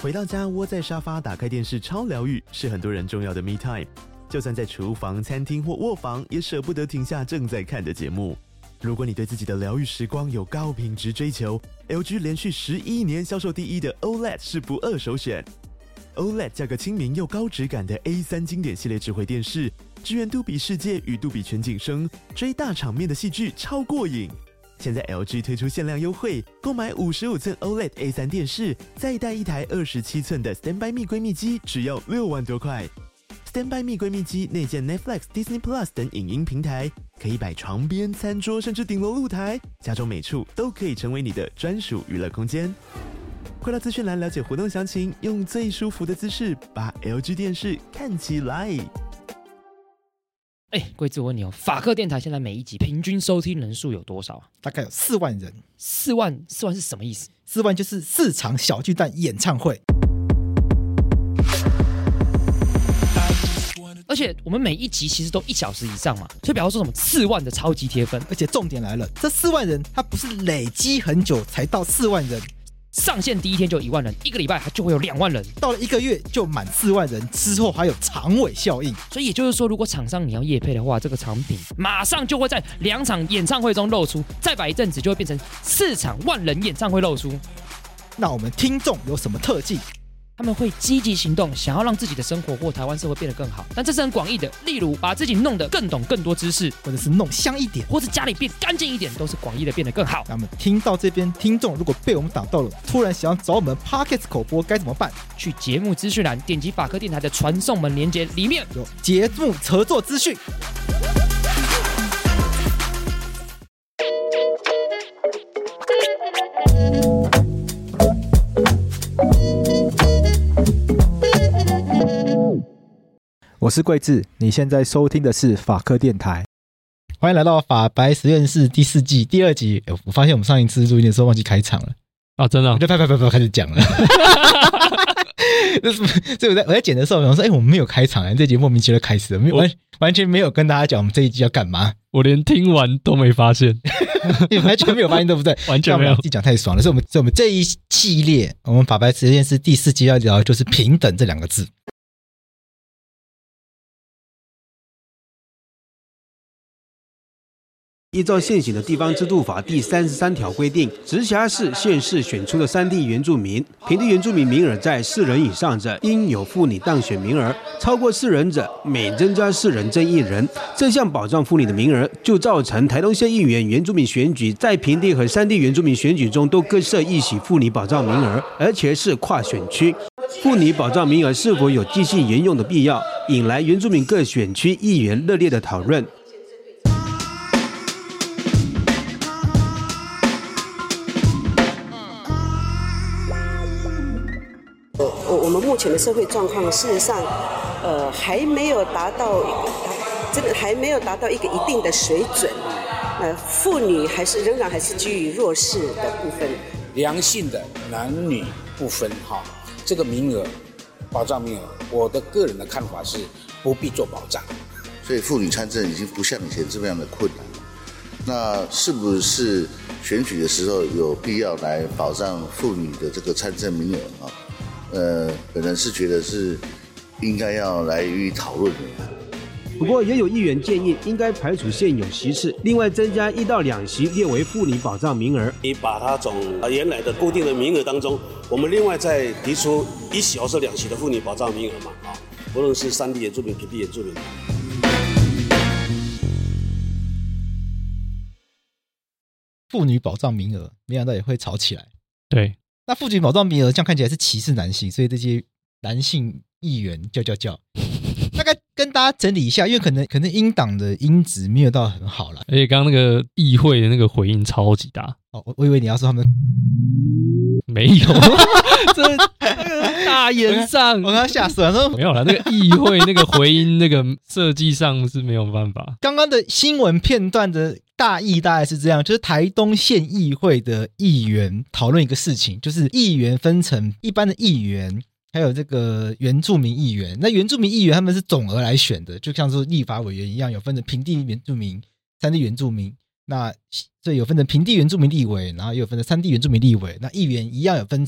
回到家窝在沙发打开电视超疗愈，是很多人重要的 me time。就算在厨房、餐厅或卧房，也舍不得停下正在看的节目。如果你对自己的疗愈时光有高品质追求， LG 连续11年销售第一的 OLED 是不二首选。OLED 价格亲民又高质感的 A3 经典系列智慧电视，支援杜比世界与杜比全景声，追大场面的戏剧超过瘾。现在 LG 推出限量优惠，购买55寸 OLED A3 电视，再带一台27寸的 Standby 蜜闺蜜机，只要6万多块。Standby 蜜闺蜜机内建 Netflix、Disney Plus 等影音平台，可以摆床边、餐桌，甚至顶楼露台，家中每处都可以成为你的专属娱乐空间。快到资讯栏了解活动详情，用最舒服的姿势把 LG 电视看起来。 贵子，我问你哦，法克电台现在每一集平均收听人数有多少？ 大概有4万人。 4万是什么意思 ？4万就是4场小巨蛋演唱会。 而且我们每一集其实都1小时以上嘛，所以表示说什么4万的超级贴分。 而且重点来了，这4万人他不是累积很久才到4万人， 上线第一天就1万人，1个礼拜它就会有2万人， 到了1个月就满4万人，之后还有长尾效应。 所以也就是说，如果厂商你要业配的话，这个产品马上就会在2场演唱会中露出，再摆一阵子就会变成4场万人演唱会露出。 那我们听众有什么特技？ 他们会积极行动，想要让自己的生活或台湾社会变得更好，但这是很广义的，例如把自己弄得更懂更多知识， 或者是弄香一点， 或是家里变干净一点，都是广义的变得更好。 那么听到这边，听众如果被我们打到了，突然想要找我们 Podcast 口播该怎么办？ 去节目资讯栏点击法科电台的传送门连结，里面有节目合作资讯。我是桂智，你现在收听的是法科电台，欢迎来到法白实验室第4季第2集。我发现我们上一次录音的时候忘记开场了啊，真的、 我就啪开始讲了。所以我在剪的时候，我想说，我们没有开场，这集莫名其妙开始了，完全没有跟大家讲我们这一集要干嘛。 我连听完都没发现， 完全没有发现，对不对？ 完全没有。 自己讲太爽了，所以我们这一系列，我们法白实验室第4季要聊的就是平等这2个字。 依照现行的地方制度法第33条规定，直辖市、县市选出的3地原住民，平地原住民名额在4人以上者，应有妇女当选名额；超过4人者，每增加4人增1人。这项保障妇女的名额，就造成台东县议员原住民选举在平地和3地原住民选举中都各设一席妇女保障名额，而且是跨选区。妇女保障名额是否有继续沿用的必要，引来原住民各选区议员热烈的讨论。 我们目前的社会状况，事实上，还没有达到一个一定的水准。妇女仍然居于弱势的部分。 良性的男女不分这个名额，保障名额，我的个人的看法是不必做保障。 所以妇女参政已经不像以前这么样的困难了。那是不是选举的时候有必要来保障妇女的这个参政名额本人是觉得是应该要来予以讨论的。 不过也有议员建议，应该排除现有席次，另外增加1到2席列为妇女保障名额。 你把它从原来的固定的名额当中，我们另外再提出1席或是2席的妇女保障名额嘛无论是3地原住民、平地原住民。 妇女保障名额，没想到也会吵起来。 对。 那妇女保障名额这样看起来是歧视男性，所以这些男性议员叫，大概跟大家整理一下，因为可能英党的音质没有到很好啦， 而且刚刚那个议会的那个回音超级大。 我以为你要说他们没有，这大言上， 我刚刚吓死了，说没有啦，那个议会那个回音那个设计上是没有办法。 刚刚的新闻片段的大意大概是这样，就是台东县议会的议员讨论一个事情，就是议员分成一般的议员还有这个原住民议员。那原住民议员他们是总额来选的，就像是立法委员一样，有分成平地原住民、3地原住民，那所以有分成平地原住民立委，然后也有分成3地原住民立委。那议员一样有分成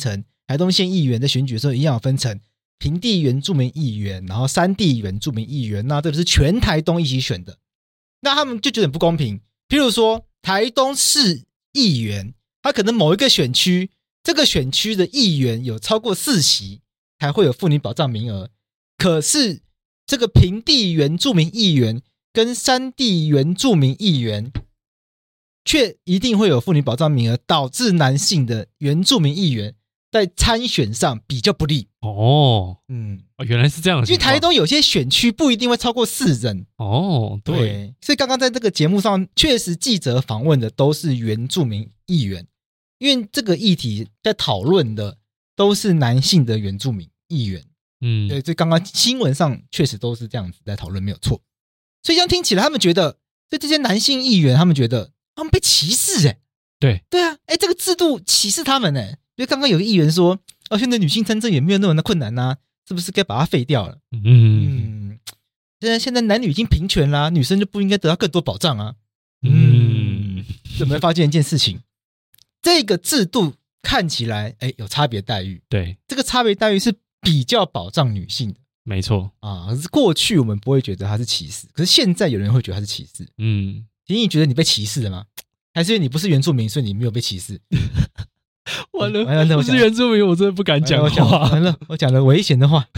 台东县议员在选举的时候一样有分成平地原住民议员，然后山地原住民议员，那这个是全台东一起选的，那他们就觉得很不公平。譬如说台东市议员，他可能某一个选区，这个选区的议员有超过4席才会有妇女保障名额，可是这个平地原住民议员跟山地原住民议员却一定会有妇女保障名额，导致男性的原住民议员在参选上比较不利。 原来是这样的情况。 因为台东有些选区不一定会超过4人。对，所以刚刚在这个节目上，确实记者访问的都是原住民议员，因为这个议题在讨论的都是男性的原住民议员。对，所以刚刚新闻上确实都是这样子在讨论，没有错。所以这样听起来，他们觉得，对这些男性议员，他们觉得他们被歧视对啊，这个制度歧视他们因为刚刚有个议员说，现在女性参政也没有那么的困难啊，是不是该把它废掉了？现在男女已经平权啦，女生就不应该得到更多保障啊。有没有发现一件事情？这个制度看起来有差别待遇， 对， 这个差别待遇是比较保障女性的， 没错啊。可是过去我们不会觉得它是歧视，可是现在有人会觉得它是歧视。你觉得你被歧视了吗？还是因为你不是原住民，所以你没有被歧视？ 完了，不是原住民，我真的不敢讲话。 完了，我讲了危险的话。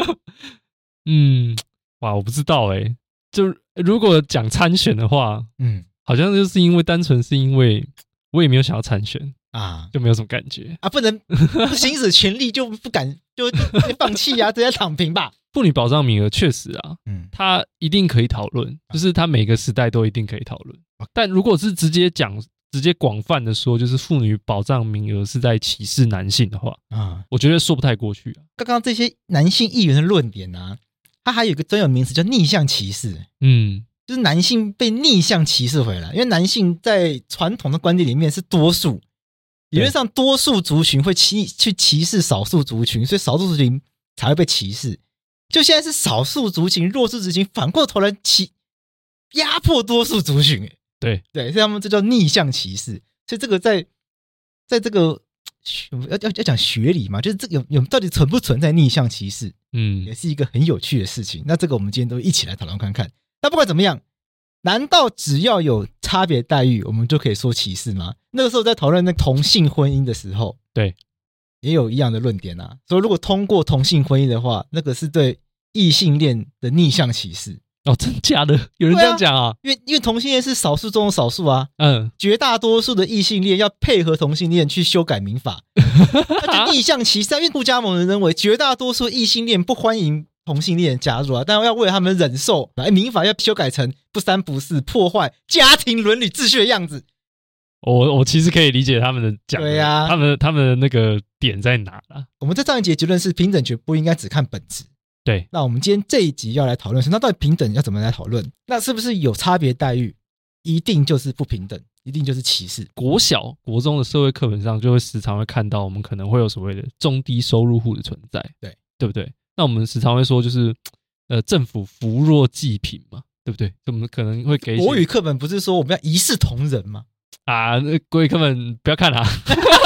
我不知道就如果讲参选的话，好像就是因为单纯是因为我也没有想要参选啊，就没有什么感觉啊，不能行使权利就不敢就放弃啊，直接躺平吧。 妇女保障名额确实啊，它一定可以讨论，就是它每个时代都一定可以讨论。但如果是直接广泛的说，就是妇女保障名额是在歧视男性的话，我觉得说不太过去啊。 刚刚这些男性议员的论点啊，它还有一个专有名词叫逆向歧视。就是男性被逆向歧视回来，因为男性在传统的观点里面是多数，理论上多数族群会去歧视少数族群，所以少数族群才会被歧视。就现在是少数族群、弱势族群反过头来压迫多数族群。对，所以他们这叫逆向歧视。所以这个在这个要讲学理嘛，就是这个有到底存不存在逆向歧视？也是一个很有趣的事情。那这个我们今天都一起来讨论看看。那不管怎么样，难道只要有差别待遇，我们就可以说歧视吗？那个时候在讨论那同性婚姻的时候，对，也有一样的论点啊。说如果通过同性婚姻的话，那个是对异性恋的逆向歧视。 真假的？有人这样讲啊？ 因为同性恋是少数中的少数啊。绝大多数的异性恋要配合同性恋去修改民法，那就逆向歧视。因为顾嘉谋人认为绝大多数异性恋不欢迎同性恋加入啊，但要为了他们忍受，民法要修改成不三不四，破坏家庭伦理秩序的样子。 我其实可以理解他们的讲，对啊，他们的那个点在哪啦？ 我们在上一节结论是平等权不应该只看本质。 对， 那我们今天这一集要来讨论是，那到底平等要怎么来讨论？那是不是有差别待遇，一定就是不平等，一定就是歧视？ 国小、国中的社会课本上就会时常会看到，我们可能会有所谓的中低收入户的存在，对不对？那我们时常会说，就是政府扶弱济贫嘛，对不对？我们可能会给国语课本不是说我们要一视同仁吗？ 国语课本不要看啊。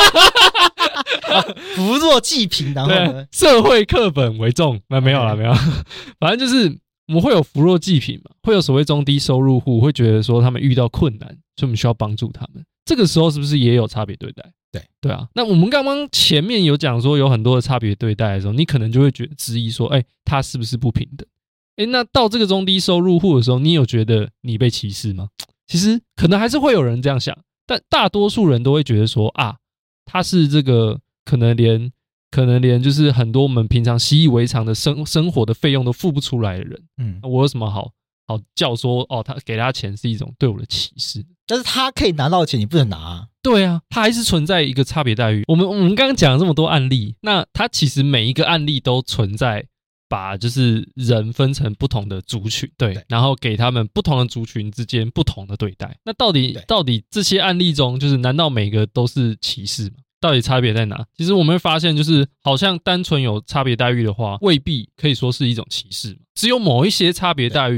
扶弱济贫，然后呢？ 社会课本为重，没有啦，没有。反正就是我们会有扶弱济贫嘛，会有所谓中低收入户，会觉得说他们遇到困难，所以我们需要帮助他们。这个时候是不是也有差别对待？对啊。那我们刚刚前面有讲说有很多的差别对待的时候，你可能就会质疑说，他是不是不平等？那到这个中低收入户的时候，你有觉得你被歧视吗？其实可能还是会有人这样想，但大多数人都会觉得说他是这个可能连就是很多我们平常习以为常的生活的费用都付不出来的人，我有什么好叫说他给他钱是一种对我的歧视？ 但是他可以拿到钱，你不能拿。 对啊，他还是存在一个差别待遇。我们刚刚讲了这么多案例，那他其实每一个案例都存在把就是人分成不同的族群，对，然后给他们不同的族群之间不同的对待。那到底这些案例中，就是难道每个都是歧视吗？到底差别在哪？其实我们会发现，就是好像单纯有差别待遇的话，未必可以说是一种歧视嘛。只有某一些差别待遇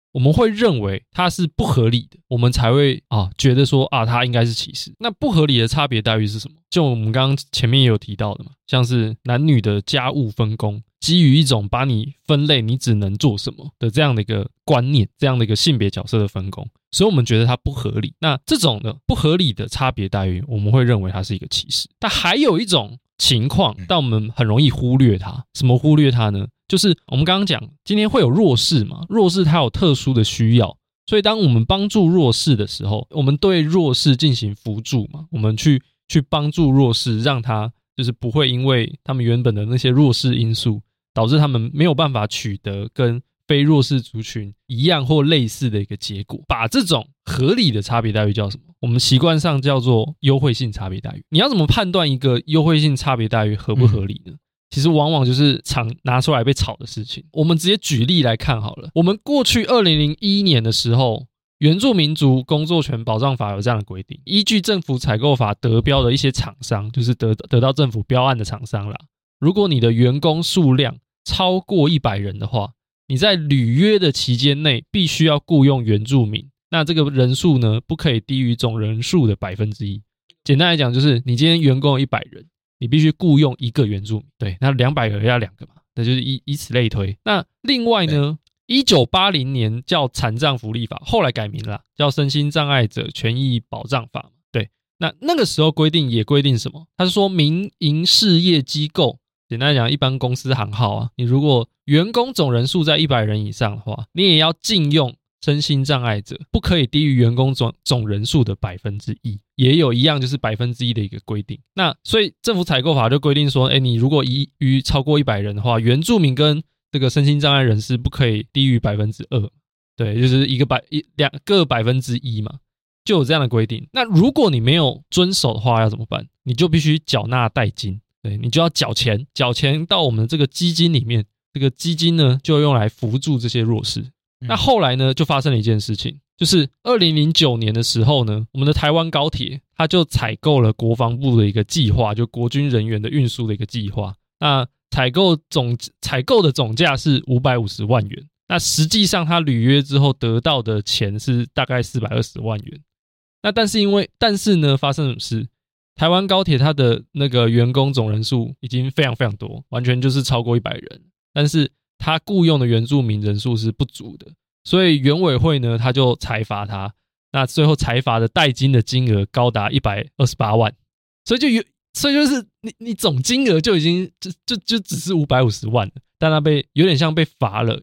我们会认为它是不合理的，我们才会觉得说它应该是歧视。那不合理的差别待遇是什么？就我们刚刚前面也有提到的嘛，像是男女的家务分工，基于一种把你分类你只能做什么的这样的一个观念，这样的一个性别角色的分工，所以我们觉得它不合理。那这种的不合理的差别待遇，我们会认为它是一个歧视。但还有一种情况，但我们很容易忽略它。什么忽略它呢？就是我们刚刚讲今天会有弱势嘛，弱势它有特殊的需要，所以当我们帮助弱势的时候，我们对弱势进行扶助嘛，我们去帮助弱势，让他就是不会因为他们原本的那些弱势因素导致他们没有办法取得跟非弱势族群一样或类似的一个结果。把这种合理的差别待遇叫什么？我们习惯上叫做优惠性差别待遇。你要怎么判断一个优惠性差别待遇合不合理呢？其实往往就是常拿出来被炒的事情。我们直接举例来看好了。我们过去2001年的时候，原住民族工作权保障法有这样的规定，依据政府采购法得标的一些厂商，就是得到政府标案的厂商啦，如果你的员工数量超过100人的话，你在履约的期间内必须要雇用原住民，那这个人数呢不可以低于总人数的1%。简单来讲就是你今天员工有100人，你必须雇用1个原住民，对，那200个要2个嘛，那就是以此类推。那另外呢，1980年叫残障福利法，后来改名了，叫身心障碍者权益保障法。对，那个时候规定也规定什么？他是说民营事业机构，简单来讲，一般公司行号啊，你如果员工总人数在100人以上的话，你也要禁用身心障碍者，不可以低于员工总人数的1%，也有一样就是1%的一个规定。那所以政府采购法就规定说，你如果于超过100人的话，原住民跟这个身心障碍人士不可以低于2%，对，就是各1%嘛，就有这样的规定。那如果你没有遵守的话，要怎么办？你就必须缴纳代金，对，你就要缴钱到我们的这个基金里面，这个基金呢就用来扶助这些弱势。那后来呢，就发生了一件事情，就是2009年的时候呢，我们的台湾高铁它就采购了国防部的一个计划，就国军人员的运输的一个计划。那采购的总价是550万元，那实际上他履约之后得到的钱是大概420万元。那但是呢，发生什么事？台湾高铁它的那个员工总人数已经非常非常多，完全就是超过100人，但是他雇用的原住民人数是不足的，所以原委会呢他就裁罚他，那最后裁罚的代金的金额高达128万，所以就是你总金额就已经就只是550万了，但他有点像被罚了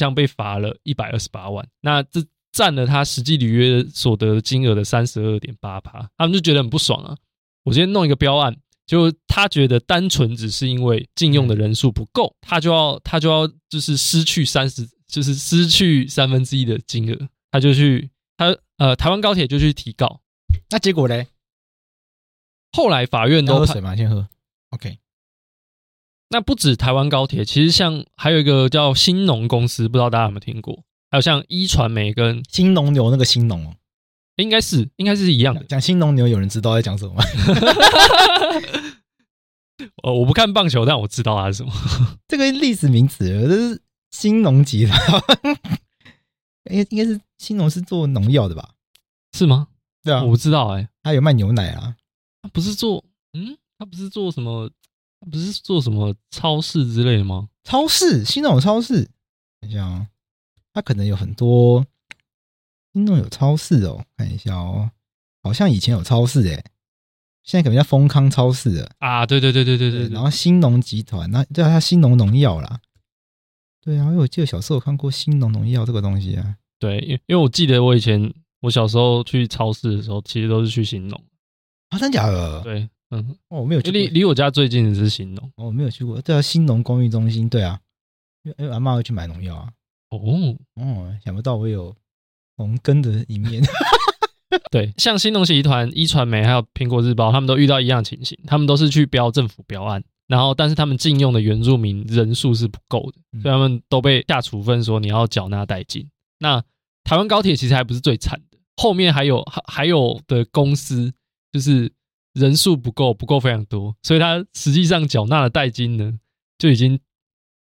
128万，那这占了他实际履约所得的金额的 32.8%， 他们就觉得很不爽啊。我今天弄一个标案，就他觉得单纯只是因为禁用的人数不够，他就要就是失去1/3的金额，台湾高铁就去提告。 那结果嘞？ 后来法院都喝水嘛，先喝。OK。 那不止台湾高铁，其实像还有一个叫兴农公司，不知道大家有没有听过？还有像一传媒跟兴农牛那个兴农哦。 应该是一样的。 讲兴农牛，有人知道在讲什么吗？ 我不看棒球，但我知道它是什么。 这个历史名词，这是兴农集团。应该是兴农是做农药的吧？ 是吗？ 对啊， 我不知道他有卖牛奶啊。 他不是做什么？他不是做什么超市之类的吗？ 超市，兴农有超市。等一下哦，他可能有很多。兴农有超市哦，看一下哦，好像以前有超市现在可能叫丰康超市了啊。对。 然后兴农集团，那对啊，他兴农农药啦。对啊，因为我记得小时候有看过兴农农药这个东西啊。 对，因为我记得我小时候去超市的时候，其实都是去兴农啊，真假的？ 对， 我没有去过。 离我家最近的是兴农， 我没有去过。对啊，兴农公益中心，对啊，因为阿嬷会去买农药啊。想不到我有农耕的一面。 对，像兴农集团、一传媒还有苹果日报，他们都遇到一样情形，他们都是去标政府标案，然后但是他们禁用的原住民人数是不够的，所以他们都被下处分说你要缴纳代金。那台湾高铁其实还不是最惨的，后面还有的公司就是人数不够非常多，所以他实际上缴纳的代金呢就已经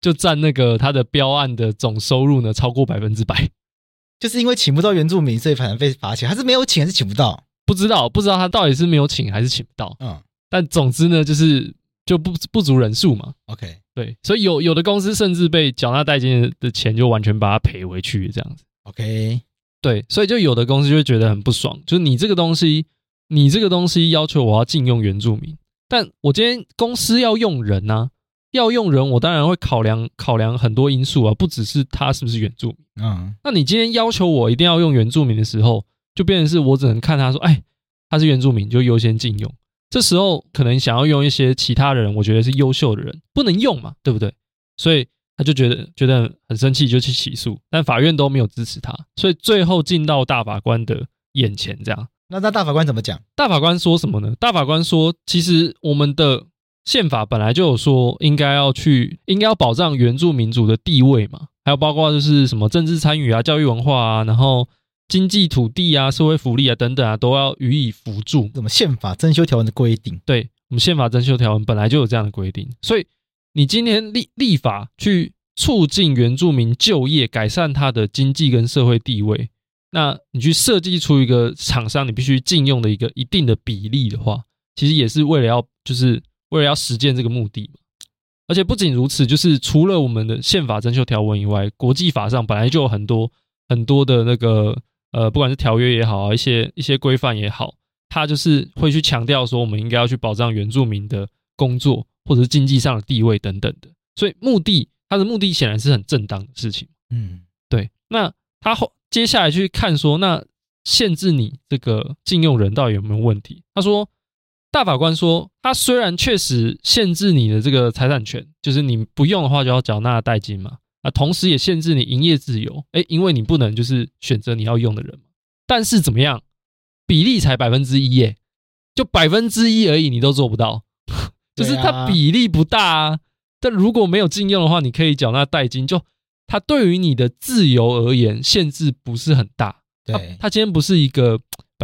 就占那个他的标案的总收入呢超过100%。 就是因为请不到原住民，所以反而被罚钱，他是没有请还是请不到？ 不知道他到底是没有请还是请不到。但总之呢，就不足人数嘛。 OK， 对，所以有的公司甚至被缴纳代金的钱就完全把它赔回去这样子。 OK， 对，所以就有的公司就会觉得很不爽，就是你这个东西要求我要禁用原住民，但我今天公司要用人啊，我当然会考量很多因素啊，不只是他是不是原住民。那你今天要求我一定要用原住民的时候，就变成是我只能看他说，他是原住民就优先禁用。这时候可能想要用一些其他的人，我觉得是优秀的人，不能用嘛，对不对？所以他就觉得很生气，就去起诉，但法院都没有支持他，所以最后进到大法官的眼前这样。 那大法官怎么讲？ 大法官说什么呢？大法官说，其实我们的宪法本来就有说应该要保障原住民族的地位嘛，还有包括就是什么政治参与啊、教育文化啊，然后经济土地啊、社会福利啊等等啊，都要予以辅助。 什么宪法增修条文的规定？ 对，我们宪法增修条文本来就有这样的规定，所以你今天立法去促进原住民就业，改善他的经济跟社会地位，那你去设计出一个厂商你必须禁用的一个一定的比例的话，其实也是为了要实践这个目的嘛。而且不仅如此，就是除了我们的宪法增修条文以外，国际法上本来就有很多的那个不管是条约也好啊，一些规范也好，它就是会去强调说我们应该要去保障原住民的工作或者是经济上的地位等等的。所以它的目的显然是很正当的事情。对。那他接下来去看说，那限制你这个禁用人到底有没有问题？他说，大法官说，他虽然确实限制你的这个财产权，就是你不用的话就要缴纳代金嘛，同时也限制你营业自由，因为你不能就是选择你要用的人嘛。但是怎么样，比例才1%耶，就1%而已，你都做不到，就是它比例不大啊。但如果没有禁用的话，你可以缴纳代金，就它对于你的自由而言限制不是很大。它今天不是一个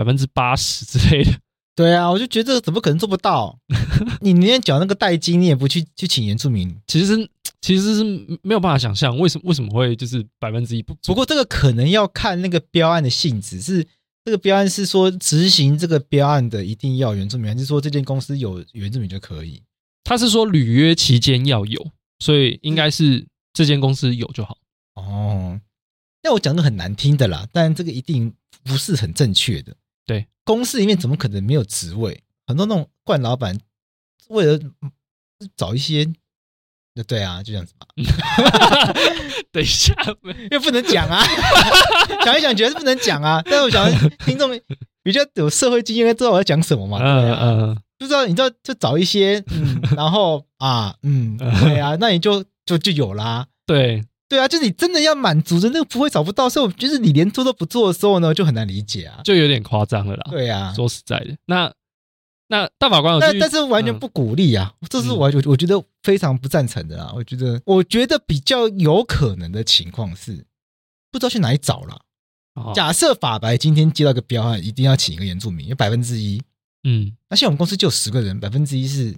80%之类的。 对啊，我就觉得怎么可能做不到？你宁愿缴那个代金，你也不去请原住民， 其实是没有办法想象为什么会就是1% 不过这个可能要看那个标案的性质，是这个标案是说执行这个标案的一定要原住民，还是说这间公司有原住民就可以？ 他是说履约期间要有，所以应该是这间公司有就好。 那我讲的很难听的啦，但这个一定不是很正确的。 对， 公司里面怎么可能没有职位？很多那种惯老板为了找一些，对啊，就这样子吧。 等一下， 因为不能讲啊，讲一讲觉得是不能讲啊。但是我想听众比较有社会经验，应该知道我在讲什么嘛。对啊，不知道你知道就找一些然后对啊，那你就有啦。对啊，就是你真的要满足的那个不会找不到，所以我觉得你连做都不做的时候呢，就很难理解啊， 就有点夸张了啦。 对啊， 说实在的，那大法官但是完全不鼓励啊，这是我觉得非常不赞成的啦。我觉得比较有可能的情况是不知道去哪里找啦。假设法白今天接到一个标案，一定要请一个原住民，有1%，那像我们公司就有10个人，1%是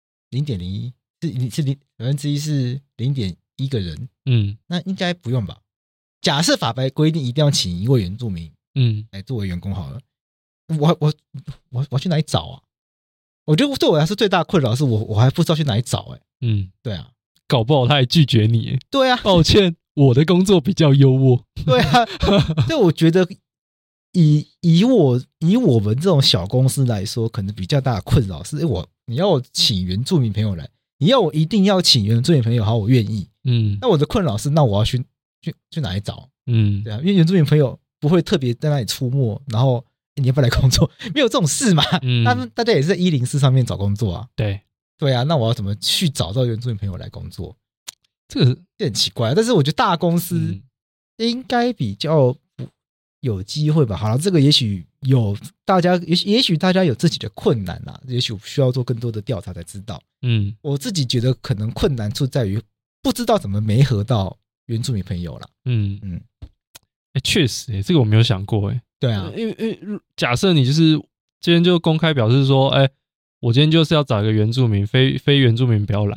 0.01，是1%是0.1个人，那应该不用吧？假设法白规定一定要请一位原住民，来作为员工好了，我去哪里找啊？我觉得对我来说最大的困扰是我还不知道去哪里找，对啊， 搞不好他也拒绝你， 对啊， 抱歉，我的工作比较优渥， 对啊，所以我觉得以我们这种小公司来说，可能比较大的困扰是，你要我请原住民朋友来，你要我一定要请原住民朋友，好，我愿意。那我的困扰是，那我要去哪里找？对啊，因为原住民朋友不会特别在那里出没，然后你要不要来工作？没有这种事嘛。大家也是在104上面找工作啊。对啊，那我要怎么去找到原住民朋友来工作？这个很奇怪，但是我觉得大公司应该比较有机会吧。好了，这个也许有大家，也许大家有自己的困难啦，也许需要做更多的调查才知道。我自己觉得可能困难处在于不知道怎么媒合到原住民朋友啦。 确实，这个我没有想过。 对啊， 因为假设你就是今天就公开表示说，我今天就是要找一个原住民，非原住民不要来，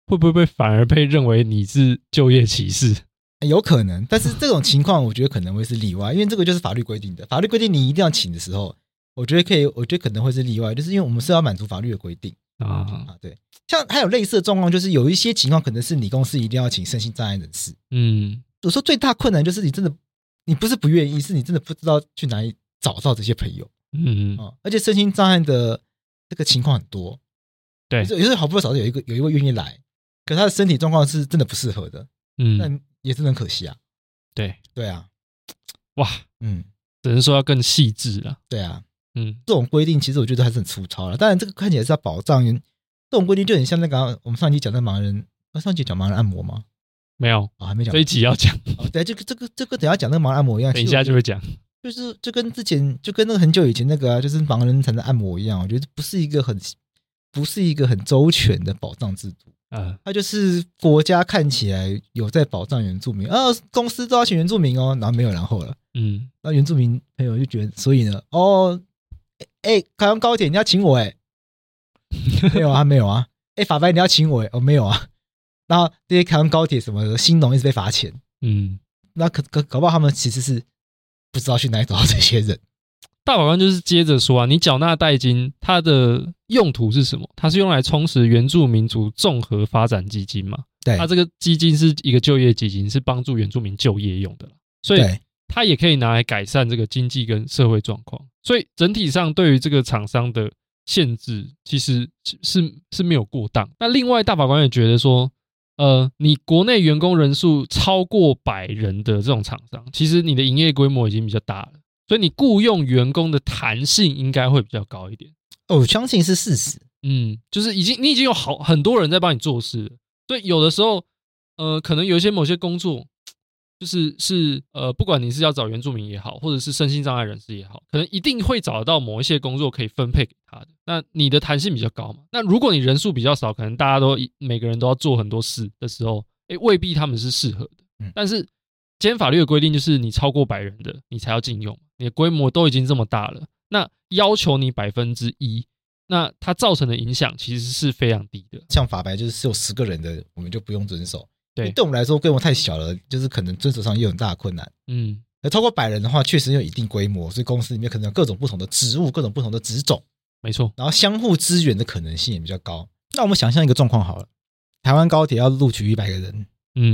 会不会反而被认为你是就业歧视？ 有可能，但是这种情况我觉得可能会是例外，因为这个就是法律规定的。法律规定你一定要请的时候，我觉得可能会是例外，就是因为我们是要满足法律的规定啊。对，像还有类似的状况，就是有一些情况可能是你公司一定要请身心障碍人士。有时候最大困难就是你不是不愿意，是你真的不知道去哪里找到这些朋友。而且身心障碍的这个情况很多。对，有时候好不容易找到有一位愿意来，可是他的身体状况是真的不适合的。但也是很可惜啊。对啊， 哇，只能说要更细致了。 对啊，这种规定其实我觉得还是很粗糙了。当然，这个看起来是要保障人，这种规定就很像那个我们上一集讲的盲人，上一集讲盲人按摩吗？ 没有还没讲。 这一集要讲。 对，这个等一下讲那个盲人按摩一样， 等一下就会讲。 就跟之前就跟那个很久以前那个就是盲人才能按摩一样，我觉得不是一个很周全的保障制度。它就是国家看起来有在保障原住民，公司都要请原住民哦，然后没有然后了。那原住民朋友就觉得，所以呢，开往高铁你要请我没有啊没有啊，法白你要请我没有啊。然后这些开往高铁什么的，新农一直被罚钱。那搞不好他们其实是不知道去哪里找到这些人。 大法官就是接着说你缴纳代金它的用途是什么？它是用来充实原住民族综合发展基金嘛？对，它这个基金是一个就业基金，是帮助原住民就业用的，所以它也可以拿来改善这个经济跟社会状况。所以整体上对于这个厂商的限制其实是没有过当。那另外大法官也觉得说你国内员工人数超过100人的这种厂商，其实你的营业规模已经比较大了，所以你雇用员工的弹性应该会比较高一点。 我相信是事实。 就是你已经有很多人在帮你做事了，所以有的时候可能有一些某些工作就是不管你是要找原住民也好，或者是身心障碍人士也好，可能一定会找得到某一些工作可以分配给他的。那你的弹性比较高嘛？那如果你人数比较少，可能大家都每个人都要做很多事的时候，未必他们是适合的。但是今天法律的规定就是你超过100人的你才要禁用，你的规模都已经这么大了，那要求你1%，那它造成的影响其实是非常低的。 像法白就是有10个人的，我们就不用遵守。对我们来说规模太小了，就是可能遵守上也有很大的困难。而超过100人的话，确实有一定规模，所以公司里面可能有各种不同的职务，各种不同的职种。 没错， 然后相互支援的可能性也比较高。那我们想象一个状况好了，台湾高铁要录取100个人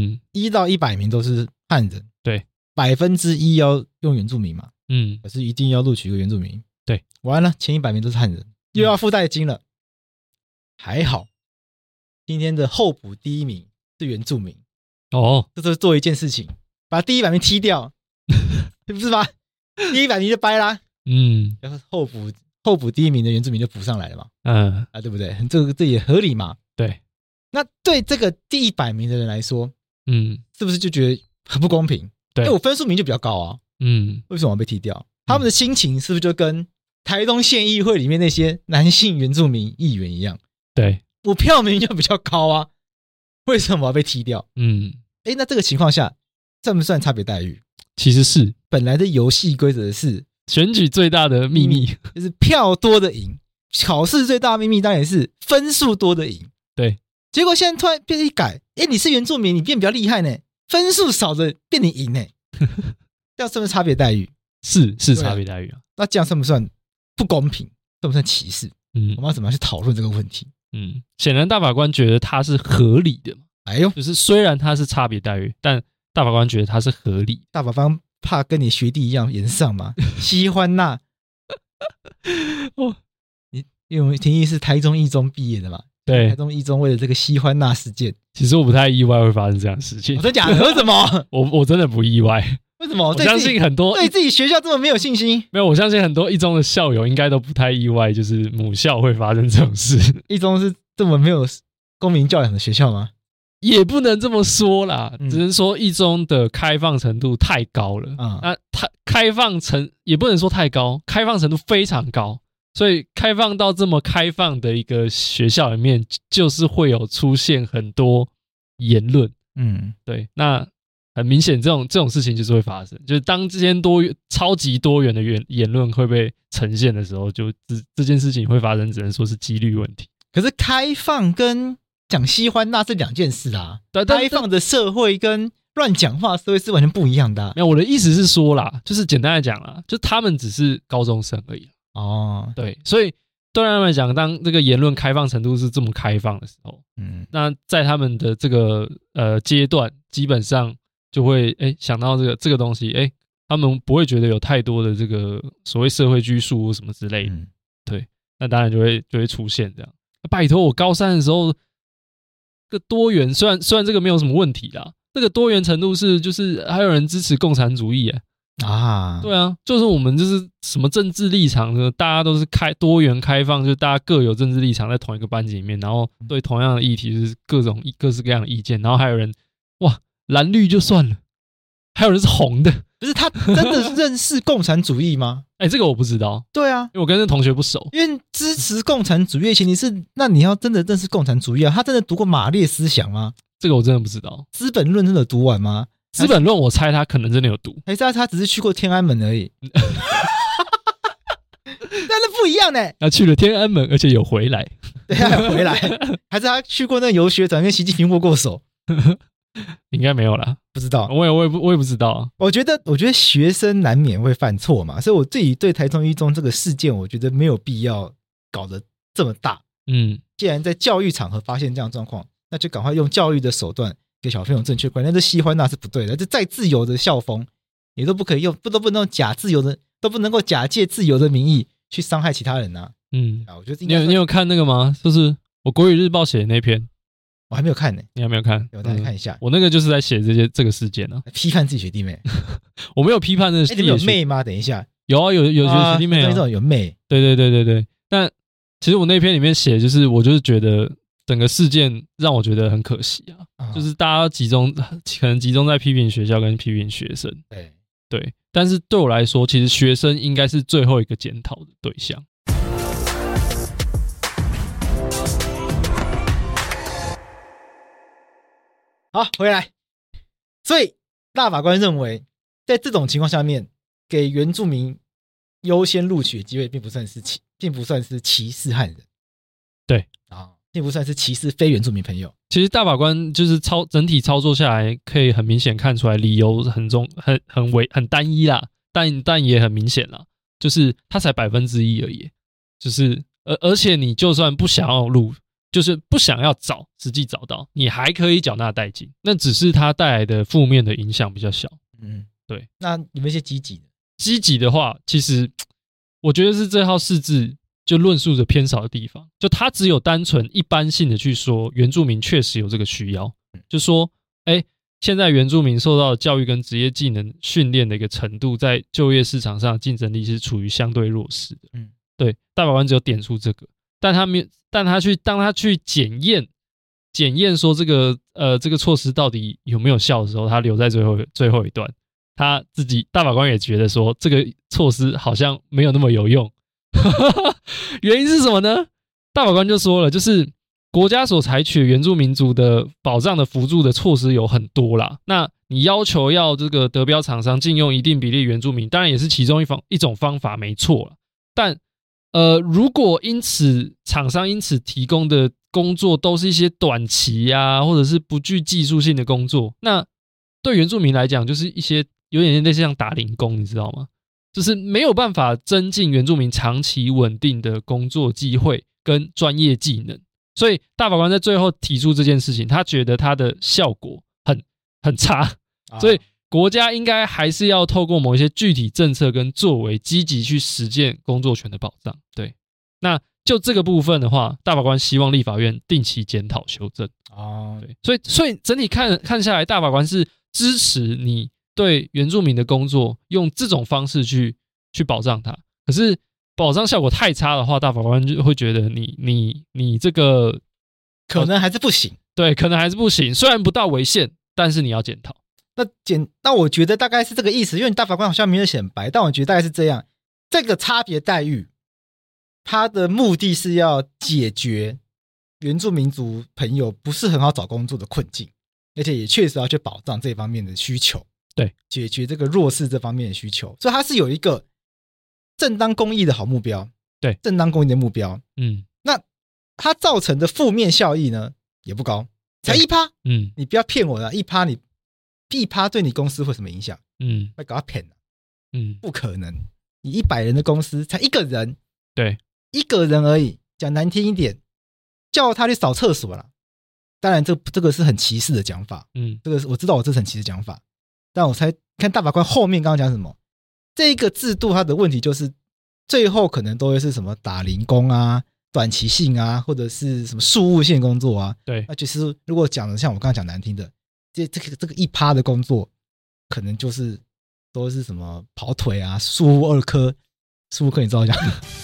，1到100名都是汉人， 对 ，1%要用原住民嘛，可是一定要录取一个原住民， 对， 完了前100名都是汉人，又要付代金了。还好今天的候补第1名是原住民，这就是做一件事情，把第100名踢掉，不是吧？第100名就掰啦，然后候补第1名的原住民就补上来了嘛，对不对？这也合理嘛。 对， 那对这个第100名的人来说，是不是就觉得很不公平？ 对， 我分数名就比较高啊，为什么我被踢掉？他们的心情是不是就跟台东县议会里面那些男性原住民议员一样？对，我票名就比较高啊，为什么我要被踢掉？那这个情况下算不算差别待遇？ 其实是， 本来的游戏规则是选举最大的秘密就是票多的赢，考试最大的秘密当然是分数多的赢。 对， 结果现在突然变一改，你是原住民，你变比较厉害呢，分数少的变你赢呢，这样算不算差别待遇？ 是差别待遇啊。 那这样算不算不公平？算不算歧视？我们要怎么样去讨论这个问题？ 显然大法官觉得它是合理的嘛。就是虽然它是差别待遇，但大法官觉得它是合理。 大法官怕跟你学弟一样延上嘛？西欢娜，因为我们廷义是台中一中毕业的嘛。对，台中一中为了这个西欢娜事件， 其实我不太意外会发生这样的事情。 真的假的？为什么？ 我真的不意外。 为什么？ 我相信很多对自己学校这么没有信心。 没有，我相信很多一中的校友应该都不太意外，就是母校会发生这种事。 一中是这么没有公民教养的学校吗？ 也不能这么说啦，只能说一中的开放程度太高了。那它开放也不能说太高，开放程度非常高，所以开放到这么开放的一个学校里面，就是会有出现很多言论。对，那很明显这种事情就是会发生，就是当这些超级多元的言论会被呈现的时候，就这件事情会发生，只能说是几率问题。 可是开放跟讲西欢那是两件事啊， 但开放的社会跟乱讲话社会是完全不一样的、啊。 没有，我的意思是说啦，就是简单来讲啦，就他们只是高中生而已。 哦， 对，所以对他们来讲，当这个言论开放程度是这么开放的时候，那在他们的这个阶段，基本上就会想到这个东西，他们不会觉得有太多的这个所谓社会拘束或什么之类的。对，那当然就会出现这样。拜托，我高三的时候，个多元虽然这个没有什么问题啦，那个多元程度是就是还有人支持共产主义啊，对啊，就是我们就是什么政治立场呢，大家都是多元开放，就是大家各有政治立场在同一个班级里面，然后对同样的议题就是各式各样的意见，然后还有人哇蓝绿就算了，还有人是红的， 不是他真的认识共产主义吗？ 这个我不知道。 对啊， 因为我跟那同学不熟。 因为支持共产主义的前提是，那你要真的认识共产主义啊，他真的读过马列思想吗？ 这个我真的不知道。 资本论真的读完吗？ 资本论我猜他可能真的有读， 还是他只是去过天安门而已？那不一样呢。 他去了天安门，而且有回来。 对啊，有回来，还是他去过那个游学团跟习近平握过手？ 应该没有啦， 不知道， 我也不知道啊。 我觉得学生难免会犯错嘛，所以我自己对台中一中这个事件，我觉得没有必要搞得这么大。既然在教育场合发现这样的状况，那就赶快用教育的手段给小朋友正确观念。这西欢那是不对的，这再自由的校风，你都不可以用，都不能假自由的，都不能够假借自由的名义去伤害其他人啊。我觉得你有看那个吗？就是我国语日报写的那篇。 我还没有看呢。 你还没有看？ 我再来看一下。 我那个就是在写这个事件啊， 批判自己学弟妹。 我没有批判的。 你们有妹吗？等一下。 有啊，有学弟妹啊。 那种有妹。 对。但其实我那篇里面写，就是我就是觉得整个事件让我觉得很可惜啊，就是大家可能集中在批评学校跟批评学生。对。但是对我来说，其实学生应该是最后一个检讨的对象。 好，回来。所以大法官认为，在这种情况下面，给原住民优先录取的机会并不算是歧视汉人。对啊，并不算是歧视非原住民朋友。 其实大法官就是整体操作下来，可以很明显看出来，理由很单一啦，但也很明显啦，就是他才1%而已，就是而且你就算不想要录。就是不想要实际找到，你还可以缴纳代金，那只是它带来的负面的影响比较小。对。 那有没有一些积极的？ 积极的话，其实我觉得是这套释字就论述着偏少的地方，就它只有单纯一般性的去说原住民确实有这个需要，就说现在原住民受到的教育跟职业技能训练的一个程度，在就业市场上竞争力是处于相对弱势的。对，大法官只有点出这个。当他去检验说这个措施到底有没有效的时候，他留在最后一段，他自己大法官也觉得说这个措施好像没有那么有用。原因是什么呢？大法官就说了，就是国家所采取原住民族的保障的辅助的措施有很多啦，那你要求要这个得标厂商禁用一定比例原住民，当然也是其中一种方法，没错啦。但如果厂商因此提供的工作都是一些短期啊，或者是不具技术性的工作，那对原住民来讲就是一些有点类似像打零工，你知道吗？就是没有办法增进原住民长期稳定的工作机会跟专业技能。所以大法官在最后提出这件事情，他觉得他的效果很差，所以国家应该还是要透过某一些具体政策跟作为，积极去实践工作权的保障。对，那就这个部分的话，大法官希望立法院定期检讨修正。对，所以整体看下来，大法官是支持你对原住民的工作用这种方式去保障它。可是保障效果太差的话，大法官就会觉得你这个可能还是不行。 对，可能还是不行，虽然不到违宪，但是你要检讨。 那我觉得大概是这个意思，因为大法官好像没有写很白，但我觉得大概是这样。这个差别待遇，它的目的是要解决原住民族朋友不是很好找工作的困境，而且也确实要去保障这方面的需求， 对， 解决这个弱势这方面的需求，所以它是有一个正当公益的好目标， 对， 正当公益的目标。那它造成的负面效益呢， 也不高，才1%。 嗯你不要骗我了，1%你1%对你公司会什么影响？ 嗯要搞他骗了， 嗯， 不可能。你100人的公司才1个人， 对， 一个人而已，讲难听一点，叫他去扫厕所啦。当然这个是很歧视的讲法，这个我知道我这是很歧视的讲法，但我才看大法官后面刚刚讲什么，这个制度它的问题就是最后可能都会是什么打零工啊、短期性啊，或者是什么事务性工作啊。 对， 那其实如果讲的像我刚刚讲难听的，这个1%的工作，可能就是都是什么跑腿啊、事务2科，事务科你知道讲。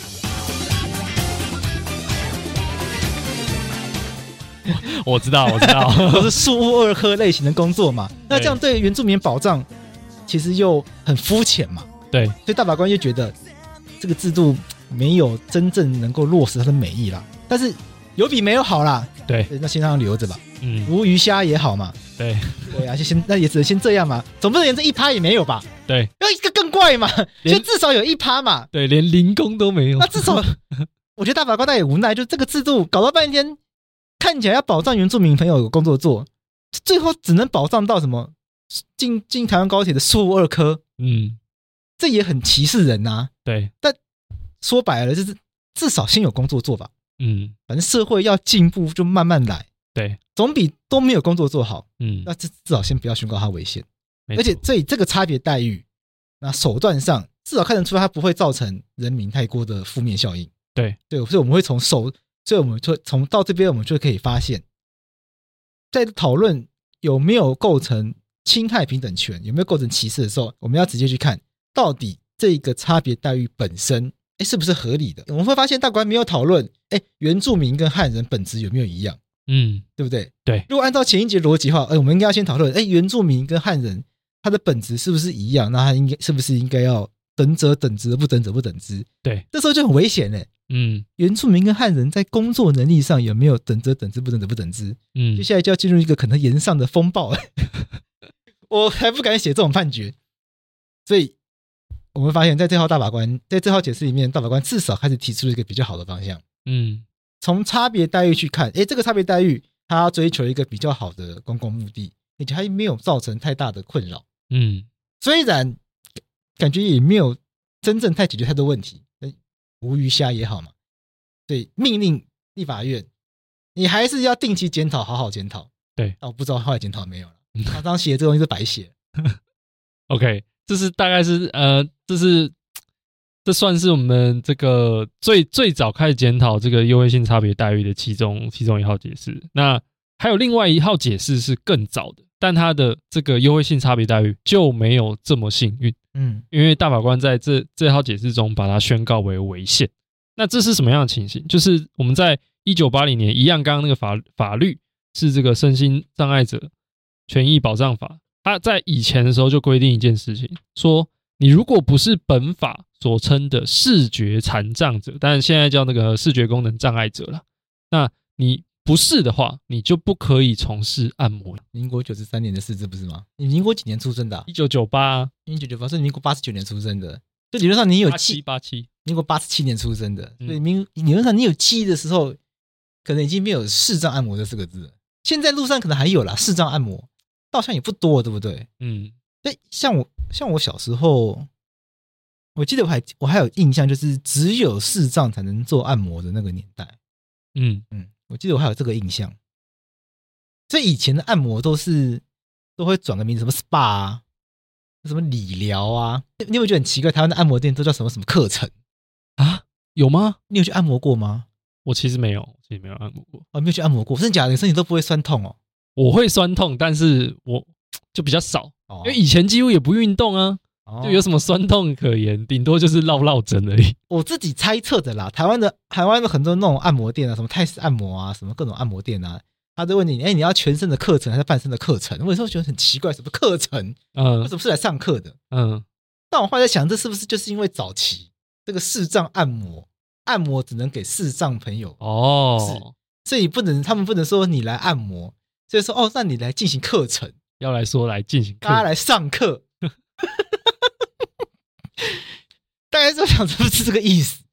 我知道， 都是事务2科类型的工作嘛。那这样对原住民保障其实又很肤浅嘛。 对， 所以大法官就觉得这个制度没有真正能够落实它的美意啦。但是有比没有好啦。 对， 那先让它留着吧。无鱼虾也好嘛。 对啊，那也只能先这样嘛。总不能连这1%也没有吧？ 对， 要一个更怪嘛，就至少有1%嘛。 对，连零工都没有。 那至少我觉得大法官他也无奈，就这个制度搞到半天。看起来要保障原住民朋友有工作做，最后只能保障到什么进台湾高铁的事务2科，这也很歧视人啊。对，但说白了就是至少先有工作做吧。反正社会要进步就慢慢来，对，总比都没有工作做好。那至少先不要宣告它违宪，而且这个差别待遇，那手段上至少看得出它不会造成人民太过的负面效应。对，所以我们会所以我们就从到这边，我们就可以发现，在讨论有没有构成侵害平等权、有没有构成歧视的时候，我们要直接去看到底这个差别待遇本身，是不是合理的？我们会发现大法官没有讨论，原住民跟汉人本质有没有一样？对不对？对。如果按照前一节逻辑的话，我们应该要先讨论，原住民跟汉人他的本质是不是一样？那他是不是应该要等者等之，不等者不等之？对，这时候就很危险嘞。原住民跟汉人在工作能力上有没有等者等之，不等者不等之？接下来就要进入一个可能言上的风暴了。我还不敢写这种判决，所以我们发现在这套解释里面，大法官至少开始提出一个比较好的方向。从差别待遇去看，这个差别待遇它要追求一个比较好的公共目的，而且它没有造成太大的困扰。虽然感觉也没有真正太解决太多问题，无鱼虾也好嘛。对，命令立法院，你还是要定期检讨，好好检讨。对，我不知道后来检讨没有了。他当时写的这东西是白写。 OK， 这是大概是这算是我们这个最早开始检讨这个优越性差别待遇的其中一号解释。那还有另外一号解释是更早的，但它的这个优越性差别待遇就没有这么幸运。因为大法官在这号解释中把它宣告为违宪。那这是什么样的情形？就是我们在1980年一样，刚刚那个法律是这个身心障碍者权益保障法，它在以前的时候就规定一件事情，说你如果不是本法所称的视觉残障者，当然现在叫那个视觉功能障碍者了，那你不是的话，你就不可以从事按摩。 民国93年的事不是吗？你民国几年出生的 ？1998。 1998是民国89年出生的，就理论上你有 87， 民国87年出生的，所以理论上你有记忆的时候，可能已经没有视障按摩这4个字了。现在路上可能还有啦，视障按摩，好像也不多，对不对？对，像我小时候，我记得我还有印象，就是只有视障才能做按摩的那个年代。我记得我还有这个印象。所以以前的按摩都会转个名字，什么 SPA 啊，什么理疗啊。你有没有觉得很奇怪？台湾的按摩店都叫什么课程啊？有吗？ 你有去按摩过吗？ 我其实没有按摩过。 没有去按摩过，真的假的？你身体都不会酸痛哦？ 我会酸痛，但是我就比较少，因为以前几乎也不运动啊。就有什么酸痛可言，顶多就是绕针而已。我自己猜测的啦，台湾的很多那种按摩店啊，什么泰式按摩啊，什么各种按摩店啊，他都问你，你要全身的课程还是半身的课程？我有时候觉得很奇怪，什么课程？为什么是来上课的？但我后来在想，这是不是就是因为早期这个视障按摩只能给视障朋友所以他们不能说你来按摩，所以说那你来进行课程， 要来说来进行课， 大家来上课。大概就想是不是这个意思？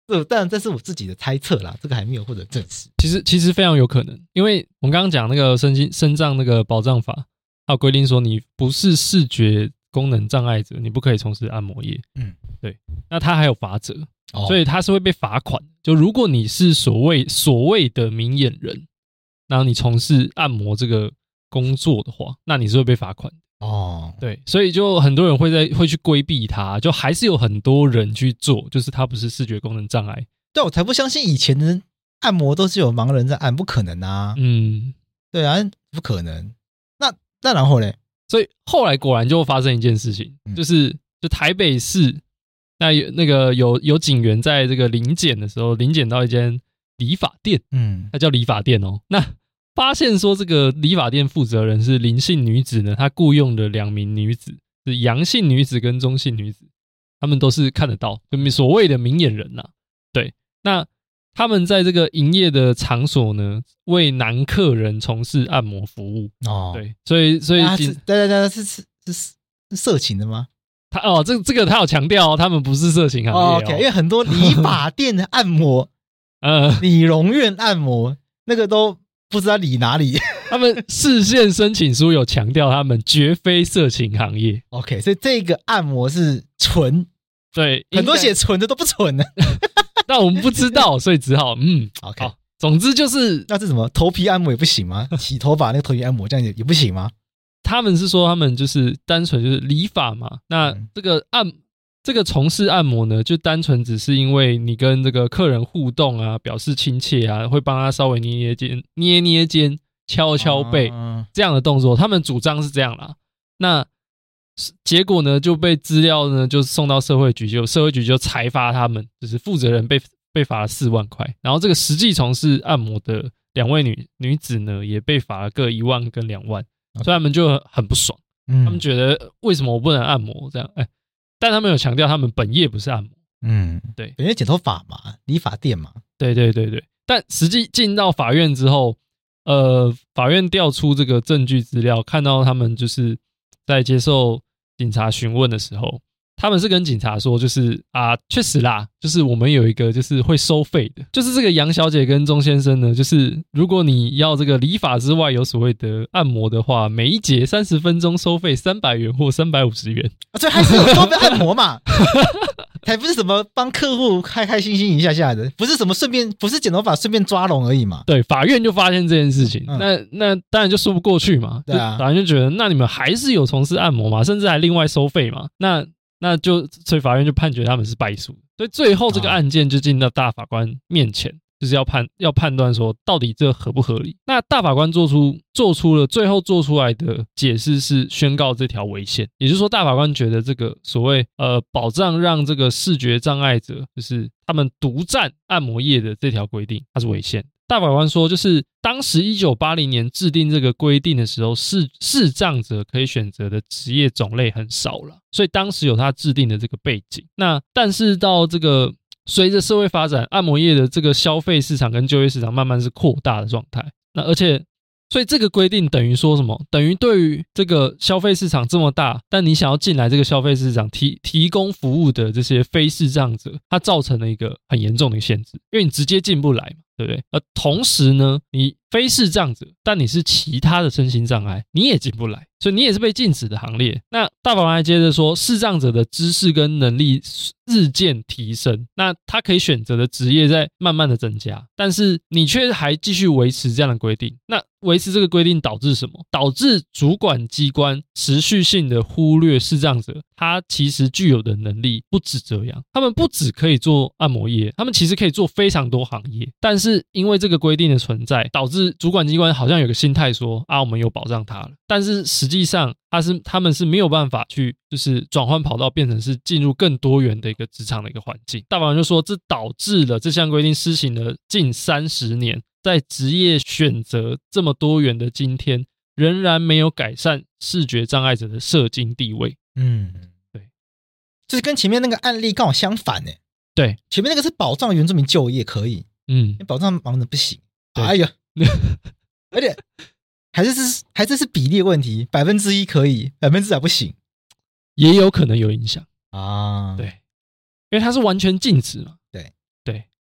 这是我自己的猜测啦，这个还没有获得证实。 其实非常有可能，因为我们刚刚讲那个身障那个保障法，它有规定说你不是视觉功能障碍者，你不可以从事按摩业。对，那它还有罚则，所以它是会被罚款。就如果你是所谓的明眼人，然后你从事按摩这个工作的话，那你是会被罚款。对，所以就很多人会去规避它，就还是有很多人去做，就是他不是视觉功能障碍。 对，我才不相信以前的按摩都是有盲人在按，不可能啊。对啊，不可能。那然后嘞？ 所以后来果然就发生一件事情，就台北市那个有警员在这个临检的时候，临检到一间理发店，它叫理发店哦。那发现说这个理发店负责人是林姓女子呢，她雇用的2名女子，是杨姓女子跟钟姓女子，她们都是看得到，就所谓的明眼人对，那他们在这个营业的场所呢，为男客人从事按摩服务。对，所以是色情的吗？ 这个他有强调，他们不是色情行业。 OK， 因为很多理发店的按摩，理容院按摩那个都不知道理哪里。 他们事先申请书有强调，他们绝非色情行业。 OK， 所以这个按摩是纯， 对， 很多写纯的都不纯的。 但我们不知道，所以只好 OK。 好，总之就是那是什么头皮按摩也不行吗？洗头发那个头皮按摩这样也不行吗？ 他们是说他们就是单纯就是理发嘛，那这个从事按摩呢，就单纯只是因为你跟这个客人互动啊，表示亲切啊，会帮他稍微捏肩、敲背这样的动作，他们主张是这样啦。那结果呢就被资料呢就送到社会局，社会局就裁罚他们，就是负责人被罚了4万块，然后这个实际从事按摩的2位女子呢也被罚了各1万跟2万，所以他们就很不爽，他们觉得为什么我不能按摩这样？但他们有强调他们本业不是按摩，对， 本业剪头发嘛，理发店嘛， 对，但实际进到法院之后，法院调出这个证据资料，看到他们就是在接受警察询问的时候，他们是跟警察说，就是确实啦，就是我们有一个就是会收费的，就是这个杨小姐跟钟先生呢，就是如果你要这个理发之外有所谓的按摩的话，每一节30分钟收费300元或350元， 所以还是有收费按摩嘛，还不是什么帮客户开开心心一下下的，不是什么不是剪头发顺便抓龙而已嘛。 对，法院就发现这件事情，那当然就说不过去嘛。对啊，法院就觉得那你们还是有从事按摩嘛，甚至还另外收费嘛，所以法院就判决他们是败诉，所以最后这个案件就进到大法官面前，就是要判断说到底这合不合理。那大法官最后做出来的解释是宣告这条违宪，也就是说大法官觉得这个所谓保障让这个视觉障碍者就是他们独占按摩业的这条规定它是违宪。大法官说，就是当时1980年制定这个规定的时候，视障者可以选择的职业种类很少了，所以当时有他制定的这个背景。那但是到这个随着社会发展，按摩业的这个消费市场跟就业市场慢慢是扩大的状态。那而且所以这个规定等于说什么？等于对于这个消费市场这么大，但你想要进来这个消费市场提供服务的这些非视障者，它造成了一个很严重的限制，因为你直接进不来嘛，对不对？而同时呢，你非视障者，但你是其他的身心障碍，你也进不来，所以你也是被禁止的行列。那大法官还接着说，视障者的知识跟能力日渐提升，那他可以选择的职业在慢慢的增加，但是你却还继续维持这样的规定。那维持这个规定导致什么？导致主管机关持续性的忽略视障者他其实具有的能力。不止这样，他们不只可以做按摩业，他们其实可以做非常多行业，但是因为这个规定的存在，导致主管机关好像有个心态说我们有保障他了，但是实际上他们是没有办法去就是转换跑道，变成是进入更多元的一个职场的一个环境。大法官就说，这导致了这项规定施行了近30年，在职业选择这么多元的今天，仍然没有改善视觉障碍者的社经地位。对， 就是跟前面那个案例刚好相反欸。 对， 前面那个是保障原住民就业可以，保障盲人不行。哎呀，而且还是比例问题，1%可以，100%不行， 也有可能有影响啊。 对，因为它是完全禁止嘛。 对，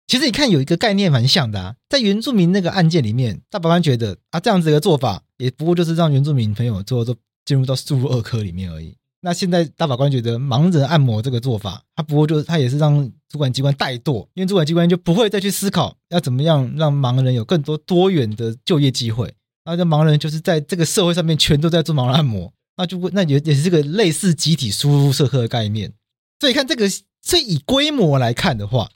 其实你看有一个概念蛮像的啊，在原住民那个案件里面，大法官觉得啊，这样子的做法也不过就是让原住民朋友最后都进入到注入2科里面而已。那现在大法官觉得盲人按摩这个做法，他不过就是他也是让主管机关怠惰，因为主管机关就不会再去思考要怎么样让盲人有更多元的就业机会。那这盲人就是在这个社会上面全都在做盲人按摩，那也是这个类似集体输入社科的概念。所以看这个，所以以规模来看的话